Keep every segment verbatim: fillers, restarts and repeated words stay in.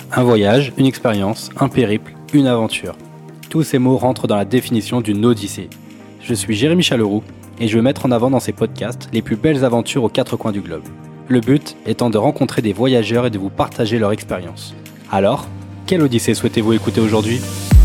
Un voyage, une expérience, un périple, une aventure. Tous ces mots rentrent dans la définition d'une odyssée. Je suis Jérémy Chaleroux et je vais mettre en avant dans ces podcasts les plus belles aventures aux quatre coins du globe. Le but étant de rencontrer des voyageurs et de vous partager leur expérience. Alors, quelle odyssée souhaitez-vous écouter aujourd'hui ?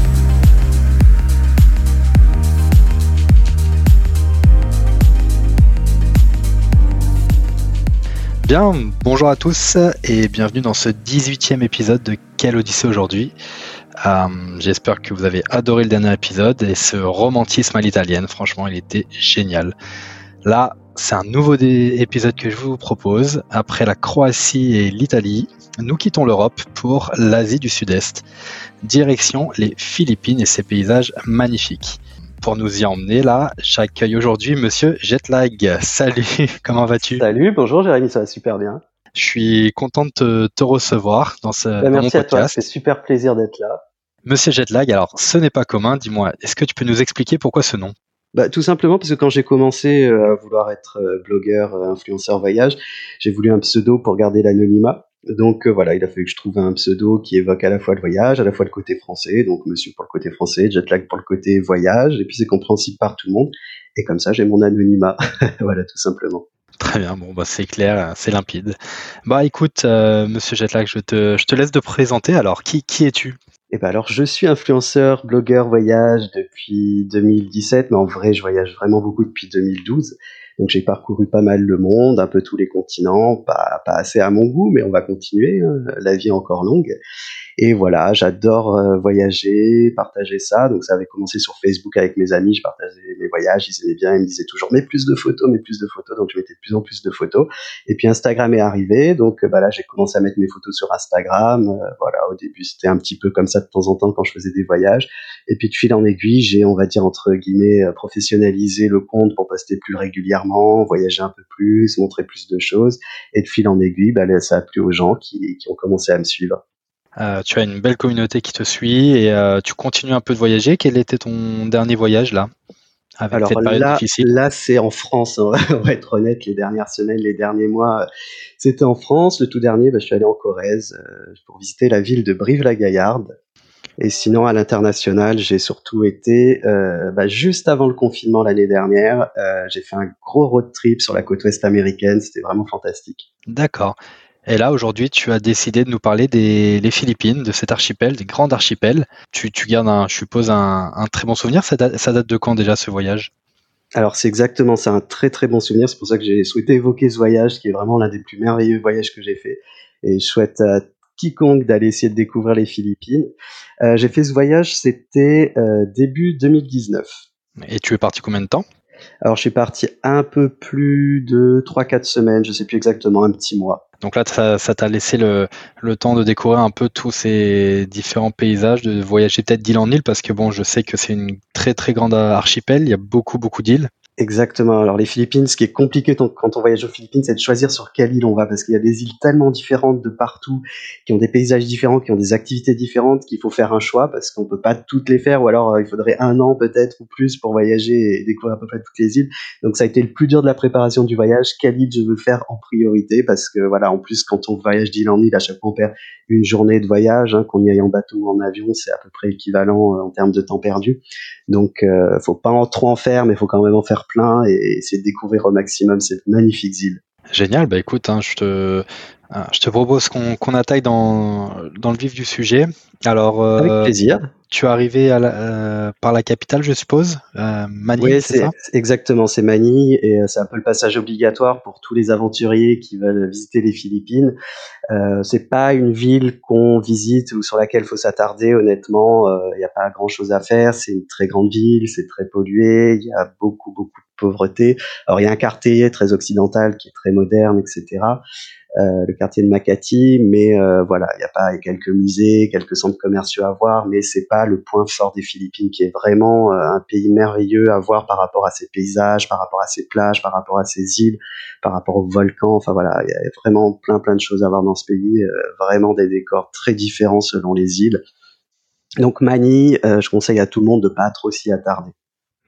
Bien, bonjour à tous et bienvenue dans ce dix-huitième épisode de Quelle Odyssée aujourd'hui. Euh, j'espère que vous avez adoré le dernier épisode et ce romantisme à l'italienne, franchement il était génial. Là, c'est un nouveau dé- épisode que je vous propose. Après la Croatie et l'Italie, nous quittons l'Europe pour l'Asie du Sud-Est. Direction les Philippines et ses paysages magnifiques. Pour nous y emmener là, j'accueille aujourd'hui Monsieur Jetlag. Salut, comment vas-tu ? Salut, bonjour Jérémy, ça va super bien. Je suis content de te, te recevoir dans, ce, Bah, dans mon merci à toi, ça podcast. fait super plaisir d'être là. Monsieur Jetlag, alors ce n'est pas commun, dis-moi, est-ce que tu peux nous expliquer pourquoi ce nom ? Bah, tout simplement parce que quand j'ai commencé euh, à vouloir être euh, blogueur, euh, influenceur voyage, j'ai voulu un pseudo pour garder l'anonymat. Donc euh, voilà, il a fallu que je trouve un pseudo qui évoque à la fois le voyage, à la fois le côté français, donc monsieur pour le côté français, Jetlag pour le côté voyage, et puis c'est compréhensible par tout le monde. Et comme ça, j'ai mon anonymat. Voilà, tout simplement. Très bien, bon bah c'est clair, c'est limpide. Bah écoute, euh, Monsieur Jetlag, je te, je te laisse te présenter. Alors, qui, qui es-tu ? Et ben alors, je suis influenceur, blogueur voyage depuis deux mille dix-sept, mais en vrai, je voyage vraiment beaucoup depuis deux mille douze. Donc, j'ai parcouru pas mal le monde, un peu tous les continents, pas, pas assez à mon goût, mais on va continuer, hein, la vie est encore longue. Et voilà, j'adore euh, voyager, partager ça. Donc ça avait commencé sur Facebook avec mes amis, je partageais mes voyages, ils aimaient bien, ils me disaient toujours mets plus de photos, mets plus de photos. Donc je mettais de plus en plus de photos. Et puis Instagram est arrivé, donc euh, bah là j'ai commencé à mettre mes photos sur Instagram. Euh, voilà, au début c'était un petit peu comme ça de temps en temps quand je faisais des voyages. Et puis de fil en aiguille, j'ai on va dire entre guillemets euh, professionnalisé le compte pour poster plus régulièrement, voyager un peu plus, montrer plus de choses. Et de fil en aiguille, bah là, ça a plu aux gens qui, qui ont commencé à me suivre. Euh, tu as une belle communauté qui te suit et euh, tu continues un peu de voyager. Quel était ton dernier voyage là, avec Alors cette période là, difficile ? là c'est en France, hein, on va être honnête, les dernières semaines, les derniers mois, euh, c'était en France. Le tout dernier, bah, je suis allé en Corrèze euh, pour visiter la ville de Brive-la-Gaillarde. Et sinon, à l'international, j'ai surtout été, euh, bah, juste avant le confinement l'année dernière, euh, j'ai fait un gros road trip sur la côte ouest américaine, c'était vraiment fantastique. D'accord. Et là, aujourd'hui, tu as décidé de nous parler des les Philippines, de cet archipel, des grands archipels. Tu, tu gardes, un, je suppose, un, un très bon souvenir. Ça date, ça date de quand déjà ce voyage ? Alors c'est exactement, c'est un très très bon souvenir, c'est pour ça que j'ai souhaité évoquer ce voyage, qui est vraiment l'un des plus merveilleux voyages que j'ai fait. Et je souhaite à quiconque d'aller essayer de découvrir les Philippines. Euh, j'ai fait ce voyage, c'était euh, début deux mille dix-neuf. Et tu es parti combien de temps ? Alors je suis parti un peu plus de trois quatre semaines, je sais plus exactement, un petit mois. Donc là, ça, ça t'a laissé le, le temps de découvrir un peu tous ces différents paysages, de voyager peut-être d'île en île, parce que bon, je sais que c'est une très très grande archipel, il y a beaucoup beaucoup d'îles. Exactement. Alors les Philippines, ce qui est compliqué ton- quand on voyage aux Philippines, c'est de choisir sur quelle île on va, parce qu'il y a des îles tellement différentes de partout, qui ont des paysages différents, qui ont des activités différentes, qu'il faut faire un choix, parce qu'on peut pas toutes les faire, ou alors euh, il faudrait un an peut-être ou plus pour voyager et découvrir à peu près toutes les îles. Donc ça a été le plus dur de la préparation du voyage. Quelle île je veux faire en priorité, parce que voilà, en plus quand on voyage d'île en île, à chaque fois on perd une journée de voyage, hein, qu'on y aille en bateau ou en avion, c'est à peu près équivalent euh, en termes de temps perdu. Donc, euh, faut pas en trop en faire, mais faut quand même en faire plein et essayer de découvrir au maximum cette magnifique île. Génial, bah écoute, hein, je te, euh, je te propose qu'on qu'on attaque dans, dans le vif du sujet. Alors, Avec euh, plaisir. tu es arrivé à la- euh, par la capitale, je suppose, euh, Manille, Oui, c'est ça ? c'est c'est exactement, c'est Manille et euh, c'est un peu le passage obligatoire pour tous les aventuriers qui veulent visiter les Philippines. Euh, c'est pas une ville qu'on visite ou sur laquelle faut s'attarder. Honnêtement, il n'y a pas grand-chose à faire. C'est une très grande ville, c'est très pollué, il y a beaucoup beaucoup de pauvreté. Alors il y a un quartier très occidental qui est très moderne, et cetera. Euh, le quartier de Makati, mais euh, voilà, il y a pas il y a quelques musées, quelques centres commerciaux à voir, mais c'est pas le point fort des Philippines, qui est vraiment euh, un pays merveilleux à voir par rapport à ses paysages, par rapport à ses plages, par rapport à ses îles, par rapport aux volcans. Enfin voilà, il y a vraiment plein plein de choses à voir dans ce pays, euh, vraiment des décors très différents selon les îles. Donc Manille, euh, je conseille à tout le monde de pas trop s'y attarder.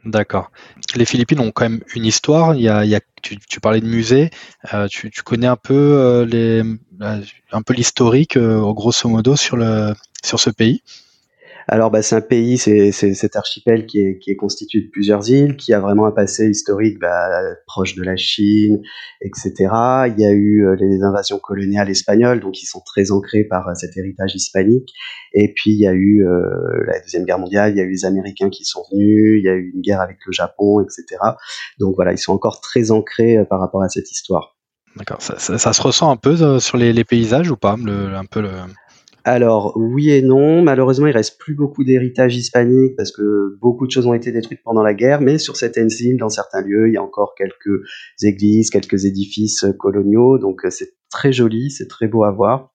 D'accord. Les Philippines ont quand même une histoire. Il y a, il y a, tu, tu parlais de musée. Euh, tu, tu connais un peu euh, les, la- un peu l'historique, euh, grosso modo, sur le, sur ce pays? Alors, bah, c'est un pays, c'est c'est cet archipel qui est qui est constitué de plusieurs îles, qui a vraiment un passé historique, bah, proche de la Chine, et cetera. Il y a eu, heu, les invasions coloniales espagnoles, donc ils sont très ancrés par, heu, cet héritage hispanique. Et puis il y a eu, heu, la deuxième guerre mondiale, il y a eu les Américains qui sont venus, il y a eu une guerre avec le Japon, et cetera. Donc voilà, ils sont encore très ancrés, heu, par rapport à cette histoire. D'accord. Ça, ça, ça se ressent un peu euh, sur les, les paysages ou pas? Le, un peu le. Alors, oui et non. Malheureusement, il reste plus beaucoup d'héritage hispanique parce que beaucoup de choses ont été détruites pendant la guerre, mais sur certaines îles, dans certains lieux, il y a encore quelques églises, quelques édifices, heu, coloniaux, donc heu, c'est très joli, c'est très beau à voir.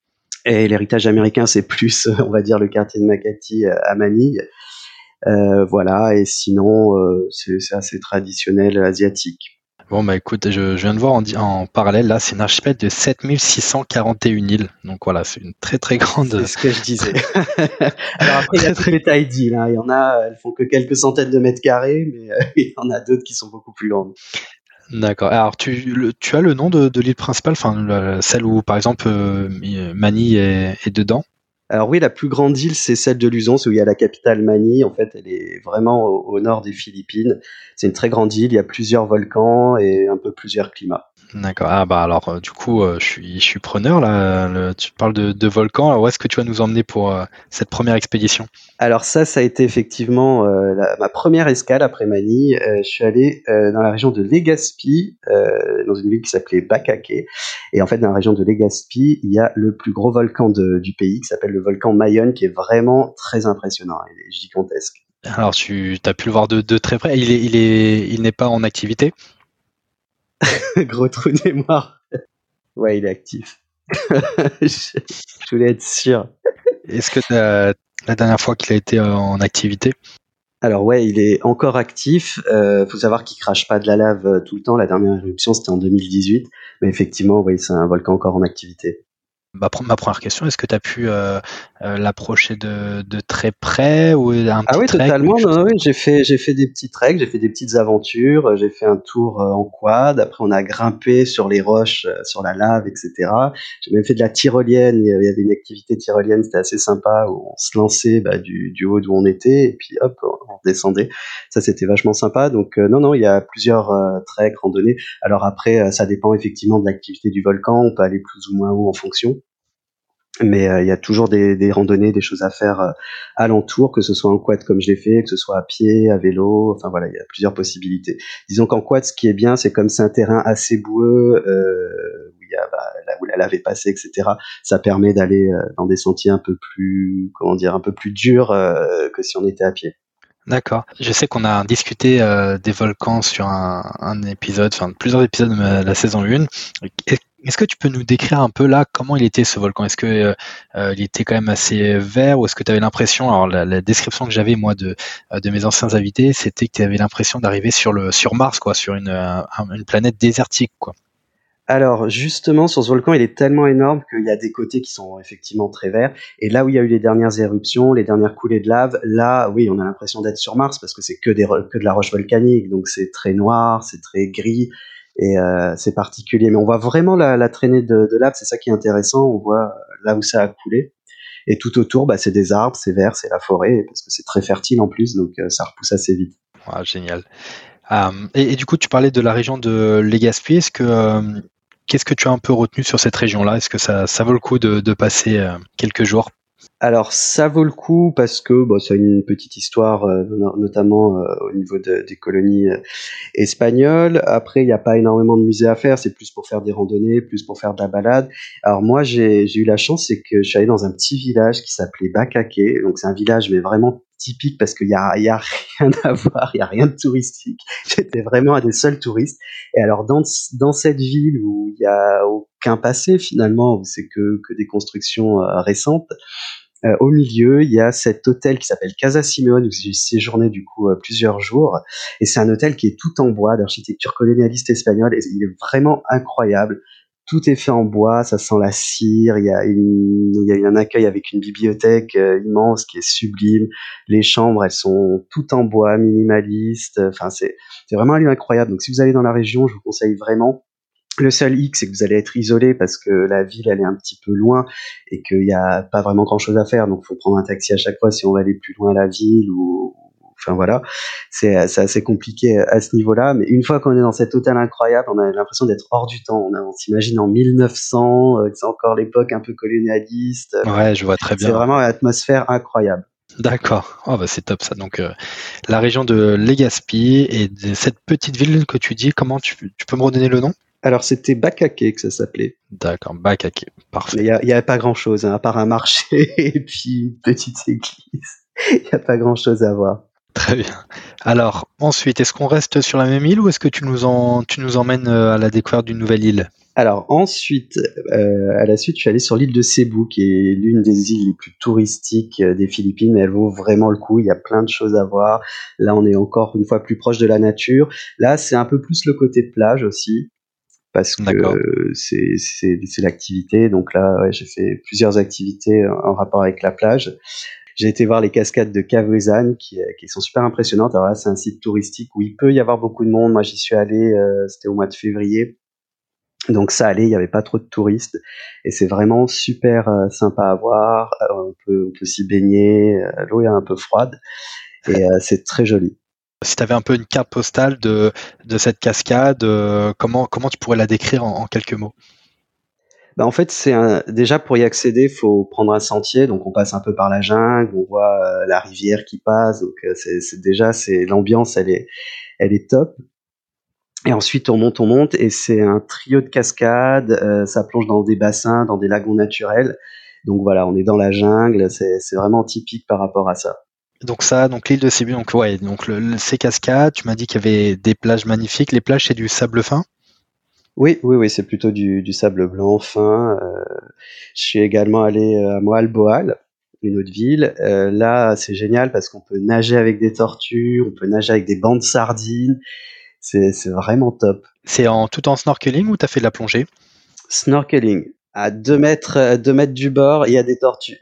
Et l'héritage américain, c'est plus, heu, on va dire, le quartier de Makati, heu, à Manille. Heu, voilà. Et sinon, heu, c'est c'est assez traditionnel, heu, asiatique. Bon, bah écoute, je, je viens de voir en, di- en parallèle, là, c'est un archipel de sept mille six cent quarante et une îles. Donc voilà, c'est une très très C'est grande. ce que je disais. Alors après, il y a Très toutes très. les tailles d'îles, hein. Il y en a, elles font que quelques centaines de mètres carrés, mais heu, il y en a d'autres qui sont beaucoup plus grandes. D'accord. Alors, tu, le- tu as le nom de, de l'île principale, enfin, la- celle où, par exemple, euh, Manille est, est dedans? Alors oui, la plus grande île, c'est celle de Luzon, c'est où il y a la capitale Manille. En fait, elle est vraiment au au nord des Philippines. C'est une très grande île, il y a plusieurs volcans et un peu plusieurs climats. D'accord. Ah bah alors euh, du coup euh, je suis je suis preneur là. Le- tu parles de, de volcan. Alors où est-ce que tu vas nous emmener pour euh, cette première expédition? Alors ça, ça a été effectivement, heu, la ma première escale après Manille. Heu, je suis allé, heu, dans la région de Legazpi, heu, dans une ville qui s'appelait Bacaque. Et en fait, dans la région de Legazpi, il y a le plus gros volcan de du pays qui s'appelle le volcan Mayon, qui est vraiment très impressionnant. Il est gigantesque. Alors tu as pu le voir de, de très près. Il est il est il n'est pas en activité. Gros trou de mémoire. Ouais, il est actif. Je je voulais être sûr. Est-ce que t'as- la dernière fois qu'il a été euh, en activité? Alors ouais, il est encore actif. Heu, faut savoir qu'il crache pas de la lave, heu, tout le temps. La dernière éruption, c'était en deux mille dix-huit. Mais effectivement, oui, c'est un volcan encore en activité. Ma, pre- ma première question, est-ce que tu as pu euh, euh, l'approcher de, de très près ou un Ah petit oui, trek ou quelque totalement. chose Non, comme oui, ça? j'ai fait j'ai fait des petits treks, j'ai fait des petites aventures, heu, j'ai fait un tour, heu, en quad. Après, on a grimpé sur les roches, heu, sur la lave, et cetera. J'ai même fait de la tyrolienne. Il y avait il y avait une activité tyrolienne, c'était assez sympa, où on se lançait, bah, du du haut d'où on était et puis hop, on on redescendait. Ça, c'était vachement sympa. Donc heu, non, non, il y a plusieurs, heu, treks, randonnées. Alors après, heu, ça dépend effectivement de l'activité du volcan. On peut aller plus ou moins haut en fonction. Mais heu, il y a toujours des des randonnées, des choses à faire, heu, alentour, que ce soit en quad comme je l'ai fait, que ce soit à pied, à vélo, enfin voilà, il y a plusieurs possibilités. Disons qu'en quad, ce qui est bien, c'est comme c'est un terrain assez boueux, heu, où il y a, bah, là où la lave est passée, et cetera, ça permet d'aller, heu, dans des sentiers un peu plus, comment dire? Un peu plus durs, heu, que si on était à pied. D'accord. Je sais qu'on a discuté euh, des volcans sur un, un épisode, enfin plusieurs épisodes de ma- la saison un. Est- Est-ce que tu peux nous décrire un peu là comment il était ce volcan? Est-ce que euh, euh, il était quand même assez vert ou est-ce que tu avais l'impression, alors la, la description que j'avais moi de, euh, de mes anciens invités, c'était que tu avais l'impression d'arriver sur le sur Mars quoi, sur une, euh, un- une planète désertique quoi. Alors justement, sur ce volcan, il est tellement énorme qu'il y a des côtés qui sont effectivement très verts. Et là où il y a eu les dernières éruptions, les dernières coulées de lave, là, oui, on a l'impression d'être sur Mars parce que c'est que des ro- que de la roche volcanique, donc c'est très noir, c'est très gris et euh, c'est particulier. Mais on voit vraiment la, la traînée de, de lave, c'est ça qui est intéressant. On voit euh, là où ça a coulé. Et tout autour, bah, c'est des arbres, c'est vert, c'est la forêt, parce que c'est très fertile en plus, donc euh, ça repousse assez vite. Ah, génial. Euh, et, et du coup, tu parlais de la région de Legazpi. Est-ce que euh, qu'est-ce que tu as un peu retenu sur cette région-là? Est-ce que ça, ça vaut le coup de, de passer euh, quelques jours? Alors ça vaut le coup parce que bah, ça a une petite histoire, euh, no- notamment euh, au niveau de- des colonies euh, espagnoles. Après, il n'y a pas énormément de musées à faire, c'est plus pour faire des randonnées, plus pour faire de la balade. Alors moi, j'ai j'ai eu la chance, c'est que je suis allé dans un petit village qui s'appelait Bacaque. Donc c'est un village mais vraiment typique parce qu'il y a, il y a rien à voir, il y a rien de touristique. J'étais vraiment un des seuls touristes. Et alors dans dans cette ville où il y a aucun passé finalement, où c'est que que des constructions euh, récentes. Heu, au milieu, il y a cet hôtel qui s'appelle Casa Simeone où j'ai séjourné du coup, heu, plusieurs jours. Et c'est un hôtel qui est tout en bois, d'architecture colonialiste espagnole, et il est vraiment incroyable. tout est fait en bois, ça sent la cire, il y a une, il y a eu un accueil avec une bibliothèque euh, immense qui est sublime. Les chambres, elles sont toutes en bois, minimalistes. Enfin, c'est, c'est vraiment un lieu incroyable. Donc, si vous allez dans la région, je vous conseille vraiment. Le seul hic, c'est que vous allez être isolé parce que la ville, elle est un petit peu loin et qu'il y a pas vraiment grand chose à faire. Donc, faut prendre un taxi à chaque fois si on va aller plus loin à la ville ou, enfin voilà. C'est, c'est assez compliqué à ce niveau-là. Mais une fois qu'on est dans cet hôtel incroyable, on a l'impression d'être hors du temps. On, a, on s'imagine en mille neuf cents, euh, que c'est encore l'époque un peu colonialiste. Ouais, je vois très C'est bien. vraiment une atmosphère incroyable. D'accord. Oh, bah, c'est top ça. Donc, euh, la région de Legazpi et de cette petite ville que tu dis, comment tu, tu peux me redonner le nom? Alors, c'était Bakake que ça s'appelait. D'accord, Bakake, Mais parfait. il y a, il y a pas grand-chose, hein, à part un marché et puis une petite église. Il y a pas grand-chose à voir. Très bien. Alors, ensuite, est-ce qu'on reste sur la même île ou est-ce que tu nous, en, tu nous emmènes euh, à la découverte d'une nouvelle île? Alors ensuite, euh, à la suite, je suis allé sur l'île de Cebu, qui est l'une des îles les plus touristiques euh, des Philippines, mais elle vaut vraiment le coup. Il y a plein de choses à voir. Là, on est encore une fois plus proche de la nature. Là, c'est un peu plus le côté plage aussi, parce que D'accord. euh, c'est, c'est, c'est l'activité. Donc là, ouais, j'ai fait plusieurs activités en rapport avec la plage. J'ai été voir les cascades de Kavuezan qui, qui sont super impressionnantes. Alors là, c'est un site touristique où il peut y avoir beaucoup de monde. Moi, j'y suis allé, euh, c'était au mois de février. Donc ça allait, il n'y avait pas trop de touristes et c'est vraiment super euh, sympa à voir. Euh, on peut, on peut s'y baigner, euh, l'eau est un peu froide et euh, c'est très joli. Si tu avais un peu une carte postale de, de cette cascade, euh, comment, comment tu pourrais la décrire en, en quelques mots? Bah, en fait, c'est un, déjà pour y accéder, il faut prendre un sentier, donc on passe un peu par la jungle, on voit euh, la rivière qui passe, donc euh, c'est, c'est déjà c'est l'ambiance, elle est, elle est top. Et ensuite, on monte, on monte, et c'est un trio de cascades. Euh, ça plonge dans des bassins, dans des lagons naturels. Donc voilà, on est dans la jungle. C'est, c'est vraiment typique par rapport à ça. Donc ça, donc l'île de Cebu, donc ouais, donc le, le- ces cascades, tu m'as dit qu'il y avait des plages magnifiques. Les plages, c'est du sable fin? Oui, oui, oui, c'est plutôt du, du sable blanc fin. Euh, je suis également allé euh, à Moalboal, une autre ville. Euh, là, c'est génial parce qu'on peut nager avec des tortues, on peut nager avec des bancs de sardines. C'est, c'est vraiment top. C'est en tout en snorkeling ou t'as fait de la plongée? Snorkeling. À deux mètres, euh, deux mètres du bord, il y a des tortues.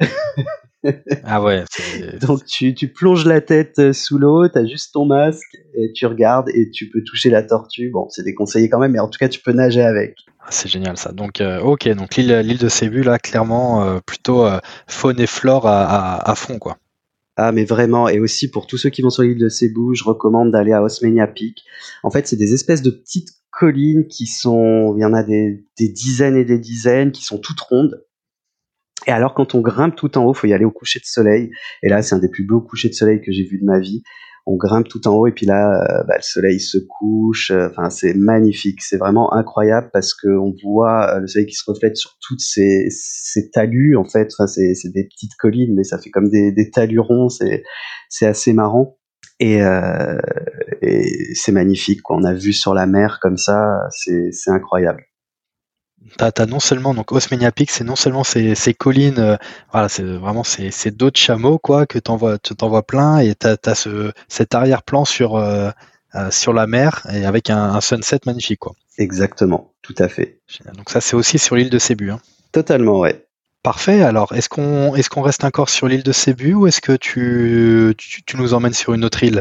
Ah ouais, c'est Donc tu, tu plonges la tête euh, sous l'eau, t'as juste ton masque et tu regardes et tu peux toucher la tortue. Bon, c'est déconseillé quand même, mais en tout cas tu peux nager avec. ah, c'est génial ça. Donc euh, ok, donc l'île l'île de Cebu là, clairement euh, plutôt euh, faune et flore à, à, à fond quoi. Ah mais vraiment, et aussi pour tous ceux qui vont sur l'île de Cebu, je recommande d'aller à Osmeña Peak. En fait, c'est des espèces de petites collines qui sont, il y en a des, des dizaines et des dizaines, qui sont toutes rondes. Et alors quand on grimpe tout en haut, faut y aller au coucher de soleil. Et là, c'est un des plus beaux couchers de soleil que j'ai vu de ma vie. On grimpe tout en haut et puis là, euh, bah, le soleil se couche. euh, Enfin, c'est magnifique. C'est vraiment incroyable parce que on voit euh, le soleil qui se reflète sur toutes ces, ces talus. En fait, enfin, c'est, c'est des petites collines, mais ça fait comme des, des talus ronds. C'est, c'est assez marrant. Et, euh, et c'est magnifique, quoi. On a vu sur la mer comme ça. C'est, c'est incroyable. T'as, t'as non seulement donc Osmeña Peak, c'est non seulement ces, ces collines, euh, voilà, c'est vraiment c'est, c'est d'autres chameaux quoi que t'envoies, tu t'envoies plein et t'as, t'as ce cet arrière-plan sur euh, euh, sur la mer et avec un, un sunset magnifique quoi. Exactement. Tout à fait. Génial. Donc ça c'est aussi sur l'île de Cebu, hein. Totalement, ouais. Parfait. Alors est-ce qu'on est-ce qu'on reste encore sur l'île de Cebu ou est-ce que tu, tu tu nous emmènes sur une autre île?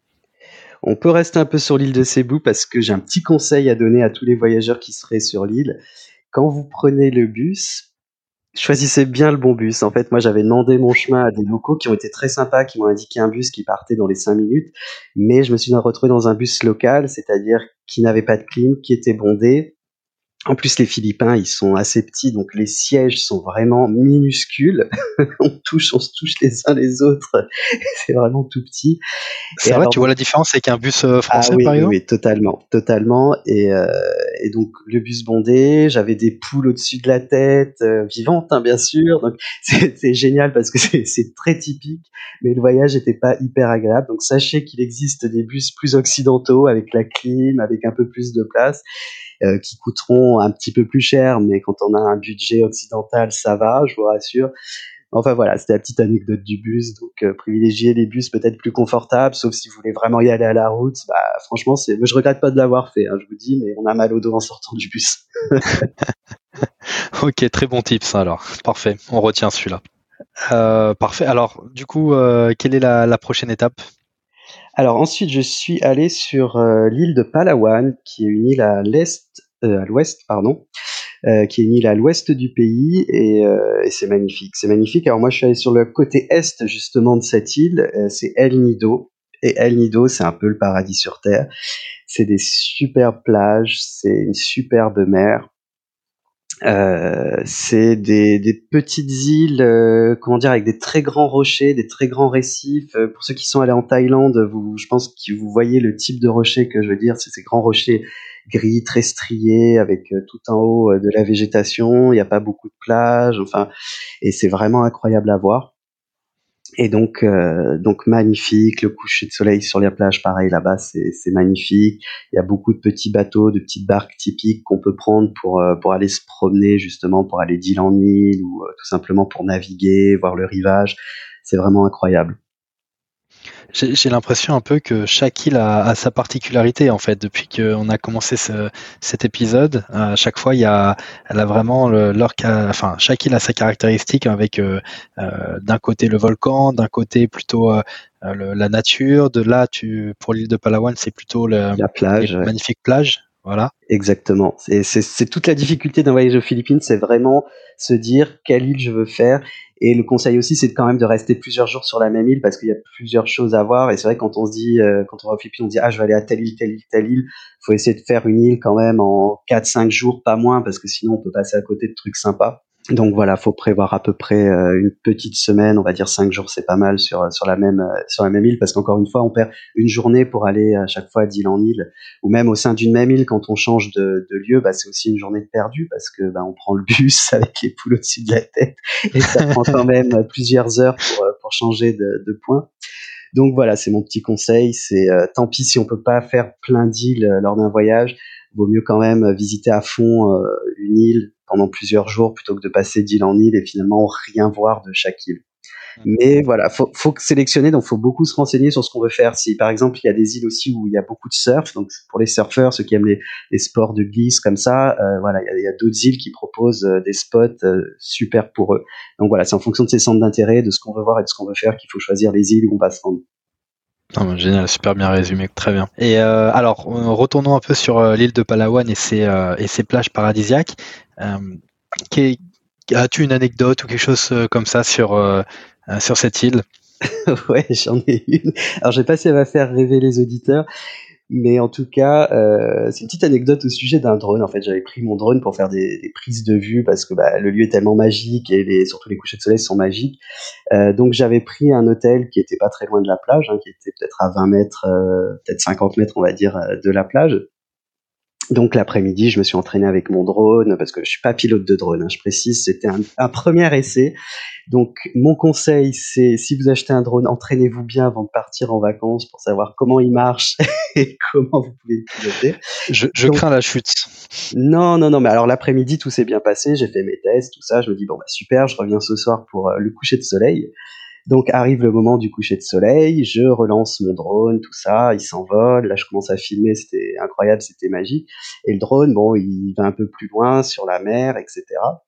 On peut rester un peu sur l'île de Cebu parce que j'ai un petit conseil à donner à tous les voyageurs qui seraient sur l'île. Quand vous prenez le bus, choisissez bien le bon bus. En fait, moi, j'avais demandé mon chemin à des locaux qui ont été très sympas, qui m'ont indiqué un bus qui partait dans les cinq minutes, mais je me suis retrouvé dans un bus local, c'est-à-dire qui n'avait pas de clim, qui était bondé. En plus, les Philippins, ils sont assez petits, donc les sièges sont vraiment minuscules. on touche, on se touche les uns les autres. C'est vraiment tout petit. Et C'est vrai, alors, tu vois la différence avec un bus euh, ah français oui, par oui, exemple? oui, totalement, totalement. Et, euh, et donc le bus bondé, j'avais des poules au-dessus de la tête, euh, vivantes hein, bien sûr. Donc c'est c'est génial parce que c'est c'est très typique, mais le voyage n'était pas hyper agréable. Donc sachez qu'il existe des bus plus occidentaux avec la clim, avec un peu plus de place, euh, qui coûteront un petit peu plus cher, mais quand on a un budget occidental, ça va, je vous rassure. Enfin voilà, c'était la petite anecdote du bus. Donc euh, privilégier les bus peut-être plus confortables, sauf si vous voulez vraiment y aller à la route. Bah franchement, c'est, moi, je regrette pas de l'avoir fait, hein, je vous dis, mais on a mal au dos en sortant du bus. Ok, très bon tips alors. Parfait, on retient celui-là. Euh, parfait. Alors, du coup, euh, quelle est la, la prochaine étape? Alors ensuite, je suis allé sur euh, l'île de Palawan, qui est une île à l'est, euh, à l'ouest, pardon, euh, qui est une île à l'ouest du pays, et, euh, et c'est magnifique. C'est magnifique. Alors moi, je suis allé sur le côté est justement de cette île. Euh, c'est El Nido, et El Nido, c'est un peu le paradis sur terre. C'est des superbes plages, c'est une superbe mer. Euh, c'est des, des petites îles, euh, comment dire, avec des très grands rochers, des très grands récifs. Euh, pour ceux qui sont allés en Thaïlande, vous, je pense que vous voyez le type de rocher que je veux dire. C'est ces grands rochers gris, très striés, avec euh, tout en haut euh, de la végétation. Il n'y a pas beaucoup de plages, enfin, et c'est vraiment incroyable à voir. Et donc, euh, donc magnifique, le coucher de soleil sur les plages, pareil là-bas, c'est, c'est magnifique. Il y a beaucoup de petits bateaux, de petites barques typiques qu'on peut prendre pour euh, pour aller se promener justement, pour aller d'île en île ou euh, tout simplement pour naviguer, voir le rivage. C'est vraiment incroyable. J'ai j'ai l'impression un peu que chaque île a, a sa particularité en fait. Depuis qu'on a commencé ce, cet épisode, à chaque fois il y a, elle a vraiment le, leur, ca- enfin chaque île a sa caractéristique avec euh, euh, d'un côté le volcan, d'un côté plutôt euh, euh, le- la nature. De là, tu pour l'île de Palawan, c'est plutôt le, La les plage, ouais. magnifiques plages. Voilà. Exactement. C'est, c'est, c'est toute la difficulté d'un voyage aux Philippines, c'est vraiment se dire quelle île je veux faire. Et le conseil aussi, c'est quand même de rester plusieurs jours sur la même île parce qu'il y a plusieurs choses à voir. Et c'est vrai quand on se dit, euh, quand on va aux Philippines, on se dit ah je vais aller à telle île, telle île, telle île. Faut essayer de faire une île quand même en quatre cinq jours, pas moins, parce que sinon on peut passer à côté de trucs sympas. Donc voilà, faut prévoir à peu près euh, une petite semaine, on va dire cinq jours, c'est pas mal sur sur la même euh, sur la même île, parce qu'encore une fois, on perd une journée pour aller à chaque fois d'île en île, ou même au sein d'une même île quand on change de, de lieu, bah c'est aussi une journée de perdu parce que bah on prend le bus avec les poules au-dessus de la tête et ça prend quand même plusieurs heures pour euh, pour changer de, de point. Donc voilà, c'est mon petit conseil. C'est euh, tant pis si on peut pas faire plein d'îles euh, lors d'un voyage, vaut mieux quand même euh, visiter à fond euh, une île pendant plusieurs jours plutôt que de passer d'île en île et finalement rien voir de chaque île. Mais voilà, faut, faut sélectionner, donc faut beaucoup se renseigner sur ce qu'on veut faire. Si par exemple il y a des îles aussi où il y a beaucoup de surf, donc pour les surfeurs, ceux qui aiment les, les sports de glisse comme ça, euh, voilà, il y a, il y a d'autres îles qui proposent euh, des spots euh, super pour eux. Donc voilà, c'est en fonction de ses centres d'intérêt, de ce qu'on veut voir et de ce qu'on veut faire qu'il faut choisir les îles où on va se rendre. Ah, bah, génial, super bien résumé, très bien. Et euh, alors, euh, retournons un peu sur euh, l'île de Palawan et ses, euh, et ses plages paradisiaques. Euh, qu'est- As-tu une anecdote ou quelque chose euh, comme ça sur, euh, euh, sur cette île? Ouais, j'en ai une. Alors, je sais pas si elle va faire rêver les auditeurs, mais en tout cas, euh, c'est une petite anecdote au sujet d'un drone. En fait, j'avais pris mon drone pour faire des, des prises de vue parce que bah, le lieu est tellement magique et les, surtout les couchers de soleil sont magiques. Euh, donc, j'avais pris un hôtel qui était pas très loin de la plage, hein, qui était peut-être à vingt mètres, euh, peut-être cinquante mètres, on va dire, euh, de la plage. Donc l'après-midi, je me suis entraîné avec mon drone parce que je suis pas pilote de drone, hein, je précise, c'était un, un premier essai. Donc mon conseil, c'est si vous achetez un drone, entraînez-vous bien avant de partir en vacances pour savoir comment il marche et comment vous pouvez le piloter. Je, je Donc crains la chute. non, non, non, mais alors l'après-midi, tout s'est bien passé, j'ai fait mes tests, tout ça, je me dis bon bah super, je reviens ce soir pour euh, le coucher de soleil. Donc arrive le moment du coucher de soleil, je relance mon drone, tout ça, il s'envole, là je commence à filmer, c'était incroyable, c'était magique. Et le drone, bon, il va un peu plus loin sur la mer, et cetera.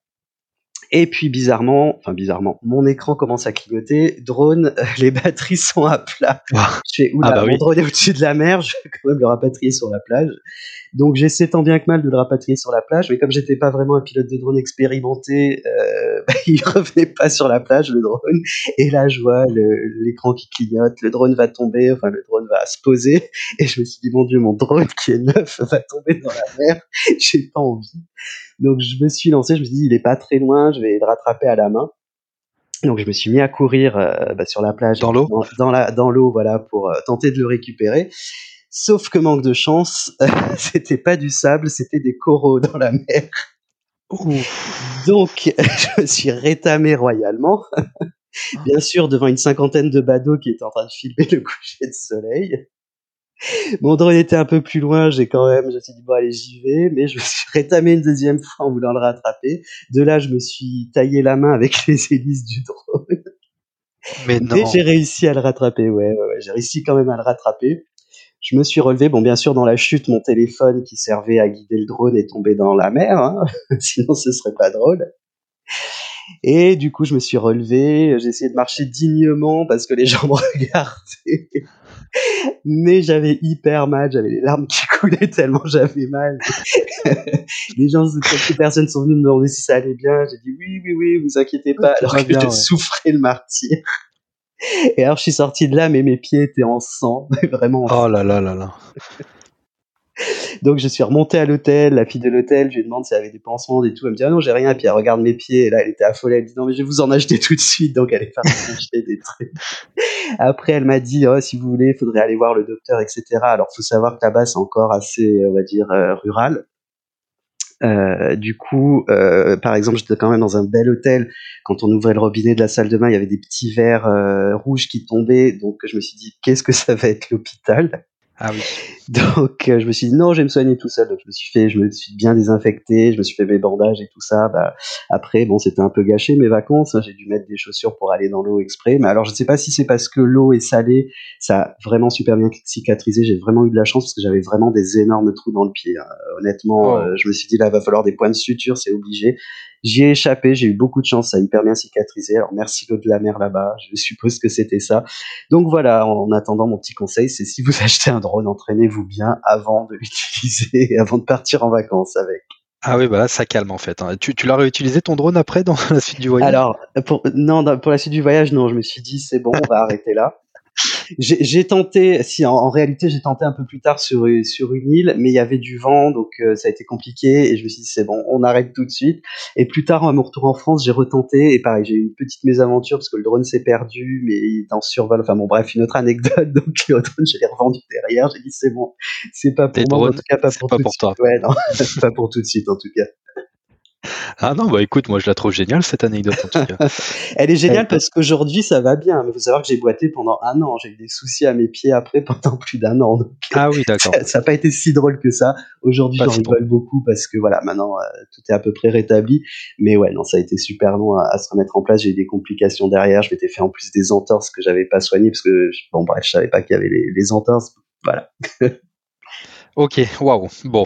Et puis bizarrement, enfin bizarrement, mon écran commence à clignoter, drone, euh, les batteries sont à plat. Je fais, Ah oula, bah mon oui. drone est au-dessus de la mer, je vais quand même le rapatrier sur la plage. Donc j'essaie tant bien que mal de le rapatrier sur la plage, mais comme j'étais pas vraiment un pilote de drone expérimenté, euh, bah, il revenait pas sur la plage le drone. Et là je vois le- l'écran qui clignote, le drone va tomber, enfin le drone va se poser. Et je me suis dit mon Dieu, mon drone qui est neuf va tomber dans la mer. J'ai pas envie. Donc je me suis lancé, je me suis dit il est pas très loin, je vais le rattraper à la main. Donc je me suis mis à courir euh, bah, sur la plage, Dans l'eau? dans, dans la dans l'eau, voilà, pour euh, tenter de le récupérer. Sauf que manque de chance, c'était pas du sable, c'était des coraux dans la mer. Ouh. Donc je me suis rétamé royalement, bien sûr devant une cinquantaine de badauds qui étaient en train de filmer le coucher de soleil. Mon drone était un peu plus loin, j'ai quand même, je me suis dit bon allez j'y vais, mais je me suis rétamé une deuxième fois en voulant le rattraper. De là, je me suis taillé la main avec les hélices du drone. Mais Mais non. j'ai réussi à le rattraper, ouais, ouais, ouais, j'ai réussi quand même à le rattraper. Je me suis relevé. Bon, bien sûr, dans la chute, mon téléphone qui servait à guider le drone est tombé dans la mer, hein. Sinon ce serait pas drôle. Et du coup, je me suis relevé, j'ai essayé de marcher dignement parce que les gens me regardaient. Mais j'avais hyper mal, j'avais les larmes qui coulaient tellement j'avais mal. Les gens, quelques personnes sont venues me demander si ça allait bien. J'ai dit oui, oui, oui, vous inquiétez pas, Tout alors va que bien, je ouais. souffrais le martyr. Et alors, je suis sorti de là, mais mes pieds étaient en sang, vraiment en sang. Oh là là là là. Donc, je suis remonté à l'hôtel. La fille de l'hôtel, je lui demande si elle avait des pansements et tout. Elle me dit, ah non, j'ai rien. Et puis, elle regarde mes pieds. Et là, elle était affolée. Elle dit, non, mais je vais vous en acheter tout de suite. Donc, elle est partie acheter des trucs. Après, elle m'a dit, oh, si vous voulez, il faudrait aller voir le docteur, et cetera. Alors, faut savoir que là-bas, c'est encore assez, on va dire, euh, rural. Euh, du coup, euh, par exemple, j'étais quand même dans un bel hôtel. Quand on ouvrait le robinet de la salle de bain, il y avait des petits verres euh, rouges qui tombaient. Donc, je me suis dit, qu'est-ce que ça va être l'hôpital? Ah oui. Donc, euh, je me suis dit, non, je vais me soigner tout seul. Donc, je me suis fait, je me suis bien désinfecté, je me suis fait mes bandages et tout ça. Bah, après, bon, c'était un peu gâché mes vacances, hein. J'ai dû mettre des chaussures pour aller dans l'eau exprès. Mais alors, je ne sais pas si c'est parce que l'eau est salée. Ça a vraiment super bien cicatrisé. J'ai vraiment eu de la chance parce que j'avais vraiment des énormes trous dans le pied, hein. Honnêtement, Oh. euh, je me suis dit, là, va falloir des points de suture, c'est obligé. J'y ai échappé, j'ai eu beaucoup de chance, ça a hyper bien cicatrisé. Alors, merci l'eau de la mer là-bas. Je suppose que c'était ça. Donc voilà, en attendant, mon petit conseil, c'est si vous achetez un drone, entraînez-vous bien avant de l'utiliser, avant de partir en vacances avec. Ah oui, bah là, ça calme en fait, hein. Tu, tu l'as réutilisé ton drone après dans la suite du voyage? Alors, pour, non, pour la suite du voyage, non, je me suis dit, c'est bon, on va arrêter là. J'ai, j'ai tenté, si en, en réalité j'ai tenté un peu plus tard sur sur une île, mais il y avait du vent, donc euh, ça a été compliqué et je me suis dit c'est bon, on arrête tout de suite. Et plus tard, à mon retour en France, j'ai retenté et pareil, j'ai eu une petite mésaventure parce que le drone s'est perdu, mais il est en survol. Enfin bon, bref, une autre anecdote. Donc le drone, je l'ai revendu derrière. J'ai dit c'est bon, c'est pas pour Les moi, mais en drones, tout cas pas c'est pour pas tout de pour suite. toi. Ouais, non, pas pour tout de suite en tout cas. Ah non, bah écoute, moi je la trouve géniale cette anecdote en tout cas. Elle est géniale Eh, parce qu'aujourd'hui ça va bien, mais faut savoir que j'ai boité pendant un an. J'ai eu des soucis à mes pieds après pendant plus d'un an. Donc Ah oui, d'accord. ça n'a pas été si drôle que ça. Aujourd'hui, Pas j'en si drôle. rigole beaucoup parce que voilà, maintenant euh, tout est à peu près rétabli. Mais ouais, non, ça a été super long à, à se remettre en place. J'ai eu des complications derrière. Je m'étais fait en plus des entorses que j'avais pas soignées parce que bon bref, je savais pas qu'il y avait les, les entorses. Voilà. Ok, waouh. Bon,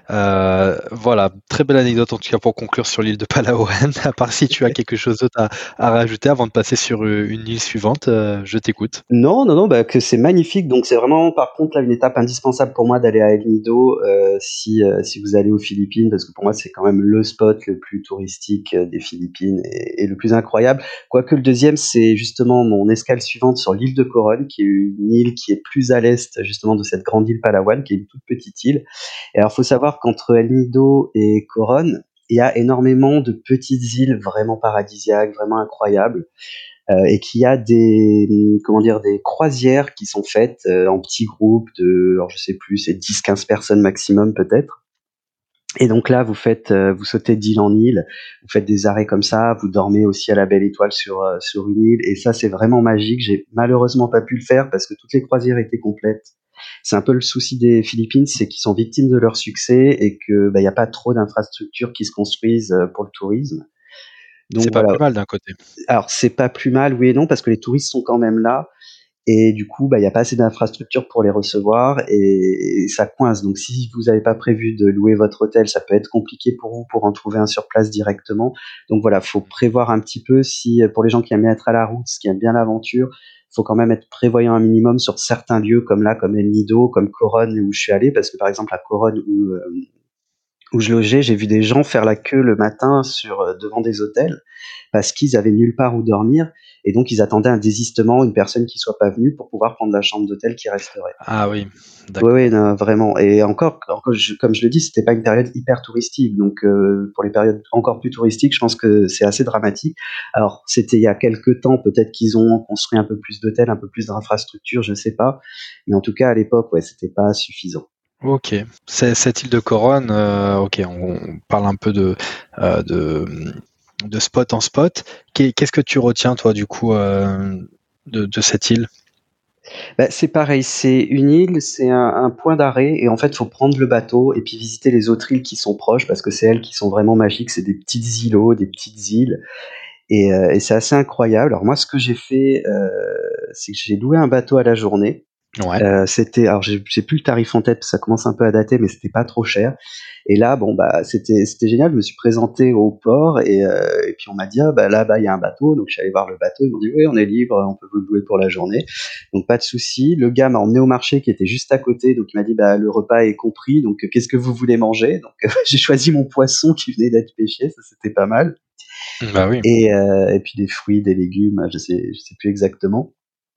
euh, voilà, très belle anecdote en tout cas pour conclure sur l'île de Palawan. À part si tu as quelque chose d'autre à, à rajouter avant de passer sur euh, une île suivante, euh, je t'écoute. Non, non, non, bah, que c'est magnifique. Donc c'est vraiment, par contre, là, une étape indispensable pour moi d'aller à El Nido euh, si euh, si vous allez aux Philippines, parce que pour moi c'est quand même le spot le plus touristique euh, des Philippines et, et le plus incroyable. Quoique le deuxième, c'est justement mon escale suivante sur l'île de Coron, qui est une île qui est plus à l'est justement de cette grande île Palawan, qui est une toute petite île. Et alors, faut savoir qu'entre El Nido et Coron, il y a énormément de petites îles vraiment paradisiaques, vraiment incroyables. Euh, et qu'il y a des comment dire des croisières qui sont faites euh, en petits groupes de alors je sais plus, c'est dix quinze personnes maximum peut-être. Et donc là vous faites euh, vous sautez d'île en île, vous faites des arrêts comme ça, vous dormez aussi à la belle étoile sur euh, sur une île et ça c'est vraiment magique. J'ai malheureusement pas pu le faire parce que toutes les croisières étaient complètes. C'est un peu le souci des Philippines, c'est qu'ils sont victimes de leur succès et que bah il y a pas trop d'infrastructures qui se construisent euh, pour le tourisme. Donc C'est pas voilà. plus mal d'un côté. Alors c'est pas plus mal, oui et non, parce que les touristes sont quand même là et du coup, bah il y a pas assez d'infrastructures pour les recevoir et, et ça coince. Donc si vous n'avez pas prévu de louer votre hôtel, ça peut être compliqué pour vous pour en trouver un sur place directement. Donc voilà, faut prévoir un petit peu si pour les gens qui aiment être à la route, qui aiment bien l'aventure, faut quand même être prévoyant un minimum sur certains lieux comme là, comme El Nido, comme Coron où je suis allé, parce que par exemple à Coron où euh, où je logeais, j'ai vu des gens faire la queue le matin sur euh, devant des hôtels parce qu'ils avaient nulle part où dormir et donc ils attendaient un désistement, une personne qui soit pas venue pour pouvoir prendre la chambre d'hôtel qui resterait. Ah oui, Oui, d'accord. oui, non, vraiment. Et encore, encore je- comme je le dis, c'était pas une période hyper touristique, donc euh, pour les périodes encore plus touristiques, je pense que c'est assez dramatique. Alors c'était il y a quelques temps, peut-être qu'ils ont construit un peu plus d'hôtels, un peu plus d'infrastructures, je sais pas, mais en tout cas à l'époque, ouais, c'était pas suffisant. Ok. C'est- Cette île de Coron, euh, ok, on, on parle un peu de, euh, de, de spot en spot. Qu'est- Qu'est-ce que tu retiens toi du coup euh, de, de cette île? Bah, c'est pareil, c'est une île, c'est un un point d'arrêt et en fait, faut prendre le bateau et puis visiter les autres îles qui sont proches parce que c'est elles qui sont vraiment magiques. C'est des petites îlots, des petites îles et heu et c'est assez incroyable. Alors moi, ce que j'ai fait, heu, c'est que j'ai loué un bateau à la journée. Ouais. Heu, c'était alors j'ai j'ai plus le tarif en tête, parce que ça commence un peu à dater, mais c'était pas trop cher et là, bon, bah, c'était c'était génial. Je me suis présenté au port et heu et puis on m'a dit: «Ah bah, là-bas, il y a un bateau», donc je suis allé voir le bateau. Ils m'ont dit: «Oui, on est libre, on peut vous le louer pour la journée», donc pas de souci. Le gars m'a emmené au marché qui était juste à côté, donc il m'a dit: «Bah, le repas est compris, donc heu, qu'est-ce que vous voulez manger?» donc heu, j'ai choisi mon poisson qui venait d'être pêché, ça c'était pas mal Bah oui. et heu et puis des fruits, des légumes, je sais je sais plus exactement.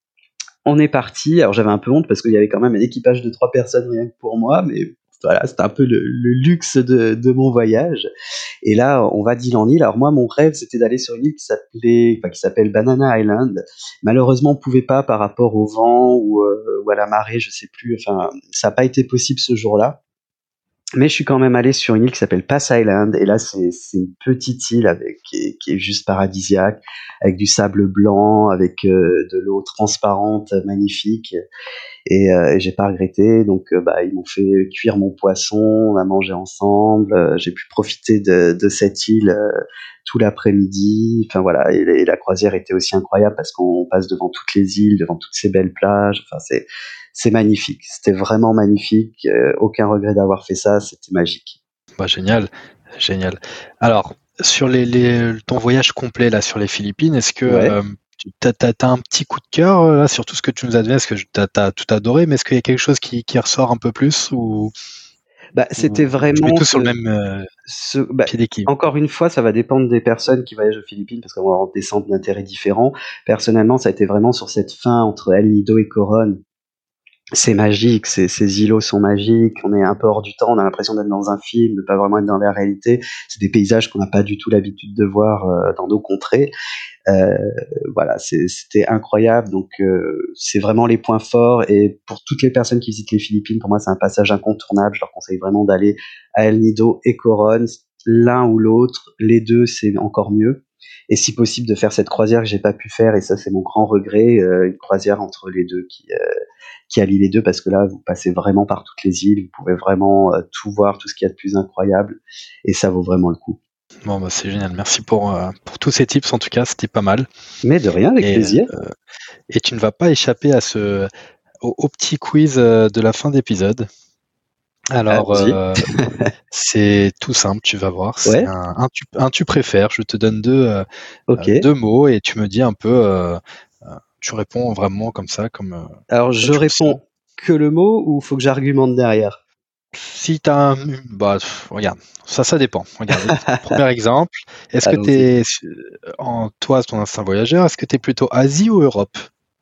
On est parti. Alors j'avais un peu honte parce qu'il y avait quand même un équipage de trois personnes rien que pour moi, mais voilà, c'était un peu le, le luxe de, de mon voyage. Et là, on va d'île en île. Alors moi, mon rêve, c'était d'aller sur une île qui s'appelait, enfin, qui s'appelle Banana Island. Malheureusement, on pouvait pas par rapport au vent ou, euh, ou à la marée, je sais plus. Enfin, ça n'a pas été possible ce jour-là. Mais je suis quand même allé sur une île qui s'appelle Pass Island, et là c'est c'est une petite île avec qui est, qui est juste paradisiaque, avec du sable blanc, avec euh, de l'eau transparente, magnifique, et, euh, et j'ai pas regretté. Donc euh, bah ils m'ont fait cuire mon poisson, on a mangé ensemble, euh, j'ai pu profiter de, de cette île euh, tout l'après-midi. Enfin voilà, et, et la croisière était aussi incroyable parce qu'on passe devant toutes les îles, devant toutes ces belles plages. Enfin c'est c'est magnifique, c'était vraiment magnifique. Euh, aucun regret d'avoir fait ça, c'était magique. Bah génial, génial. Alors, sur les, les ton voyage complet là sur les Philippines, est-ce que Ouais. euh, tu t'as, t'as- t'as un petit coup de cœur euh, là sur tout ce que tu nous as donné? Est-ce que tu as tout adoré, mais est-ce qu'il y a quelque chose qui, qui ressort un peu plus ou, Bah c'était ou tu mets vraiment tout sur le ce même euh, ce bah, pied d'équipe? encore une fois, ça va dépendre des personnes qui voyagent aux Philippines parce qu'on va avoir des centres d'intérêt différents. Personnellement, ça a été vraiment sur cette fin entre El Nido et Coron. C'est magique, ces, ces îlots sont magiques, on est un peu hors du temps, on a l'impression d'être dans un film, de pas vraiment être dans la réalité. C'est des paysages qu'on n'a pas du tout l'habitude de voir euh, dans nos contrées. Euh, voilà, c'est- c'était incroyable. Donc euh, c'est vraiment les points forts. Et pour toutes les personnes qui visitent les Philippines, pour moi c'est un passage incontournable. Je leur conseille vraiment d'aller à El Nido et Coron, l'un ou l'autre. Les deux, c'est encore mieux. Et si possible de faire cette croisière que j'ai pas pu faire, et ça c'est mon grand regret, euh, une croisière entre les deux qui euh, qui allie les deux, parce que là vous passez vraiment par toutes les îles, vous pouvez vraiment euh, tout voir, tout ce qu'il y a de plus incroyable, et ça vaut vraiment le coup. Bon bah c'est génial. Merci pour euh, pour tous ces tips en tout cas, c'était pas mal. Mais de rien, avec Et euh, plaisir. et tu ne vas pas échapper à ce au, au petit quiz euh, de la fin d'épisode. Alors, Allons-y. euh, c'est tout simple, tu vas voir. C'est Ouais, un, un, tu, un tu préfères. Je te donne deux, euh, ok. euh, deux mots et tu me dis un peu. Euh, euh, tu réponds vraiment comme ça, comme, euh, Alors, comme je tu le sens. réponds que le mot ou faut que j'argumente derrière? Si tu as un. Bah, pff, regarde, ça, ça dépend. Regarde, premier exemple. Est-ce que tu Allons-y. es, en toi, ton instinct voyageur, est-ce que tu es plutôt Asie ou Europe?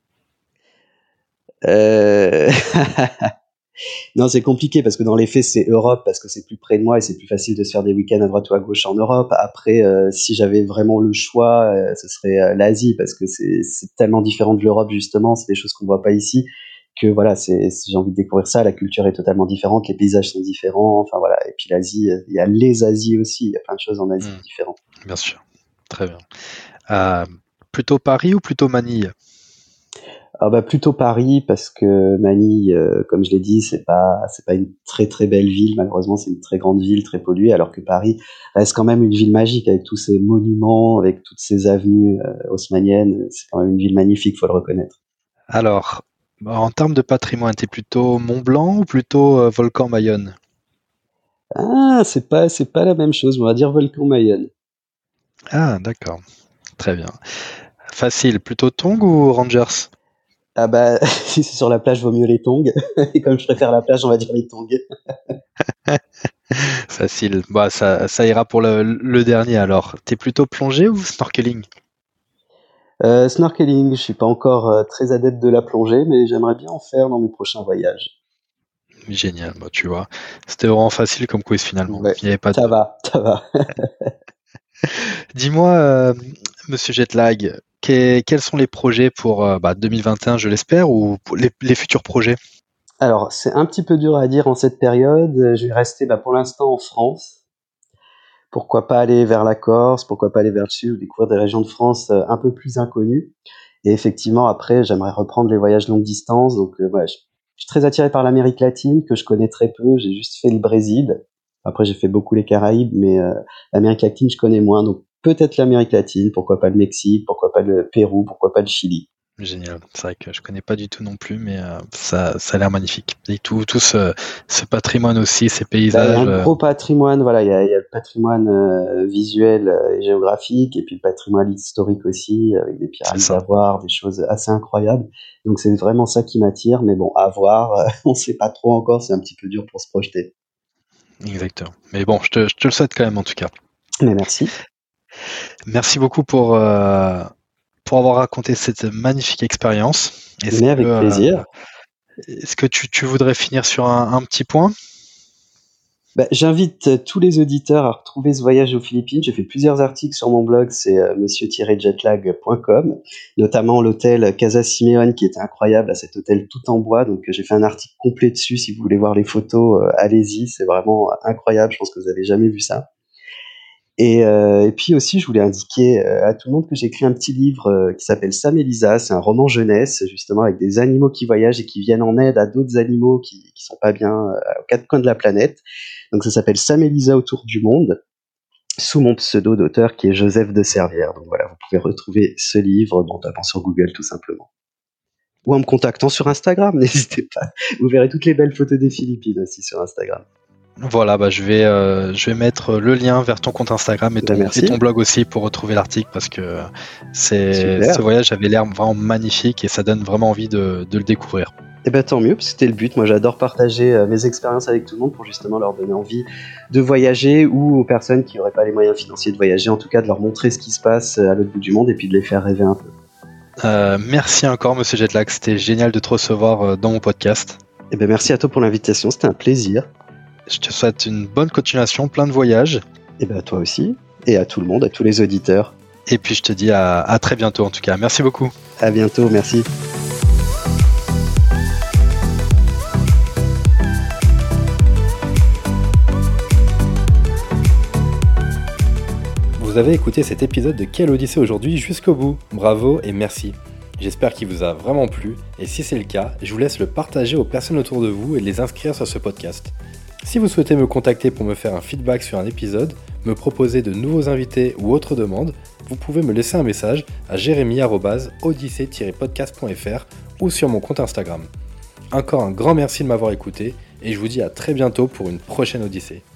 Euh, Non, c'est compliqué parce que dans les faits, c'est Europe parce que c'est plus près de moi et c'est plus facile de se faire des week-ends à droite ou à gauche en Europe. Après, euh, si j'avais vraiment le choix, euh, ce serait euh, l'Asie parce que c'est c'est tellement différent de l'Europe justement. C'est des choses qu'on voit pas ici que voilà, c'est c'est- j'ai envie de découvrir ça. La culture est totalement différente, les paysages sont différents. Enfin voilà. Et puis l'Asie, euh, il y a les Asies aussi. Il y a plein de choses en Asie Hmm, différentes. bien sûr. Très bien. Euh, plutôt Paris ou plutôt Manille? Ah bah plutôt Paris parce que Manille, euh, comme je l'ai dit, c'est pas c'est pas une très très belle ville. Malheureusement, c'est une très grande ville, très polluée, alors que Paris reste quand même une ville magique avec tous ses monuments, avec toutes ses avenues euh, haussmanniennes. C'est quand même une ville magnifique, faut le reconnaître. Alors, en termes de patrimoine, t'es plutôt Mont Blanc ou plutôt euh, Volcan Mayenne? Ah, c'est pas c'est pas la même chose. On va dire Volcan Mayenne. Ah, d'accord. Très bien. Facile. Plutôt Tong ou Rangers? Ah bah si c'est sur la plage, vaut mieux les tongs. Et comme je préfère la plage, on va dire les tongs. Facile. Bah, ça, ça ira pour le, le dernier alors. T'es plutôt plongée ou snorkeling? Euh, snorkeling, je suis pas encore euh, très adepte de la plongée, mais j'aimerais bien en faire dans mes prochains voyages. Génial. Bah, tu vois. C'était vraiment facile comme quiz finalement. Ouais, Il n'y avait pas ça de. va, ça va. Dis-moi, euh, Monsieur Jetlag, que- quels sont les projets pour euh, bah, deux mille vingt et un, je l'espère, ou pour les, les futurs projets? Alors, c'est un petit peu dur à dire en cette période. Euh, Je vais rester bah, pour l'instant en France. Pourquoi pas aller vers la Corse, pourquoi pas aller vers le sud, découvrir des régions de France euh, un peu plus inconnues. Et effectivement, après, j'aimerais reprendre les voyages longue distance. Donc, euh, ouais, je, je suis très attiré par l'Amérique latine, que je connais très peu. J'ai juste fait le Brésil. Après, j'ai fait beaucoup les Caraïbes, mais euh, l'Amérique latine, je connais moins. Donc, peut-être l'Amérique latine, pourquoi pas le Mexique, pourquoi pas le Pérou, pourquoi pas le Chili. Génial. C'est vrai que je connais pas du tout non plus, mais euh, ça, ça a l'air magnifique. Et tout, tout ce, ce patrimoine aussi, ces Bah, il y paysages. a un euh, gros patrimoine, voilà, il y a, il y a le patrimoine euh, visuel euh, et géographique, et puis le patrimoine historique aussi, avec des c'est pyramides ça. à voir, des choses assez incroyables. Donc c'est vraiment ça qui m'attire, mais bon, à voir, euh, on sait pas trop encore, c'est un petit peu dur pour se projeter. Exactement. Mais bon, je te, je te le souhaite quand même en tout cas. Mais merci. Merci beaucoup pour, euh, pour avoir raconté cette magnifique expérience. Est-ce Mais que, avec euh, plaisir. est-ce que tu, tu voudrais finir sur un, un petit point? Bah, j'invite euh, tous les auditeurs à retrouver ce voyage aux Philippines. J'ai fait plusieurs articles sur mon blog, c'est euh, monsieur tiret jetlag point com, notamment l'hôtel Casa Simeone qui était incroyable, à cet hôtel tout en bois. Donc euh, j'ai fait un article complet dessus. Si vous voulez voir les photos, euh, allez-y, c'est vraiment incroyable. Je pense que vous avez jamais vu ça. Et, euh, et puis aussi, je voulais indiquer euh, à tout le monde que j'ai écrit un petit livre euh, qui s'appelle Sam et Lisa. C'est un roman jeunesse, justement, avec des animaux qui voyagent et qui viennent en aide à d'autres animaux qui, qui sont pas bien euh, aux quatre coins de la planète. Donc ça s'appelle Sam et Lisa autour du monde, sous mon pseudo d'auteur qui est Joseph de Servière. Donc voilà, vous pouvez retrouver ce livre en tapant sur Google tout simplement. Ou en me contactant sur Instagram, n'hésitez pas. Vous verrez toutes les belles photos des Philippines aussi sur Instagram. Voilà, bah, je vais, euh, je vais mettre le lien vers ton compte Instagram et ton, Bah, merci. et ton blog aussi pour retrouver l'article parce que c'est, Super. ce voyage avait l'air vraiment magnifique et ça donne vraiment envie de, de le découvrir. Et ben tant mieux, parce que c'était le but. Moi, j'adore partager euh, mes expériences avec tout le monde pour justement leur donner envie de voyager, ou aux personnes qui n'auraient pas les moyens financiers de voyager, en tout cas de leur montrer ce qui se passe à l'autre bout du monde et puis de les faire rêver un peu. Euh, merci encore, Monsieur Jetlag. C'était génial de te recevoir dans mon podcast. Et ben merci à toi pour l'invitation, c'était un plaisir. Je te souhaite une bonne continuation, plein de voyages. Et ben à toi aussi, et à tout le monde, à tous les auditeurs. Et puis je te dis à, à très bientôt en tout cas. Merci beaucoup. À bientôt, merci. Vous avez écouté cet épisode de Quelle Odyssée aujourd'hui jusqu'au bout. Bravo et merci. J'espère qu'il vous a vraiment plu, et si c'est le cas, je vous laisse le partager aux personnes autour de vous et les inscrire sur ce podcast. Si vous souhaitez me contacter pour me faire un feedback sur un épisode, me proposer de nouveaux invités ou autres demandes, vous pouvez me laisser un message à jérémy arobase odyssée tiret podcast point f r ou sur mon compte Instagram. Encore un grand merci de m'avoir écouté, et je vous dis à très bientôt pour une prochaine Odyssée.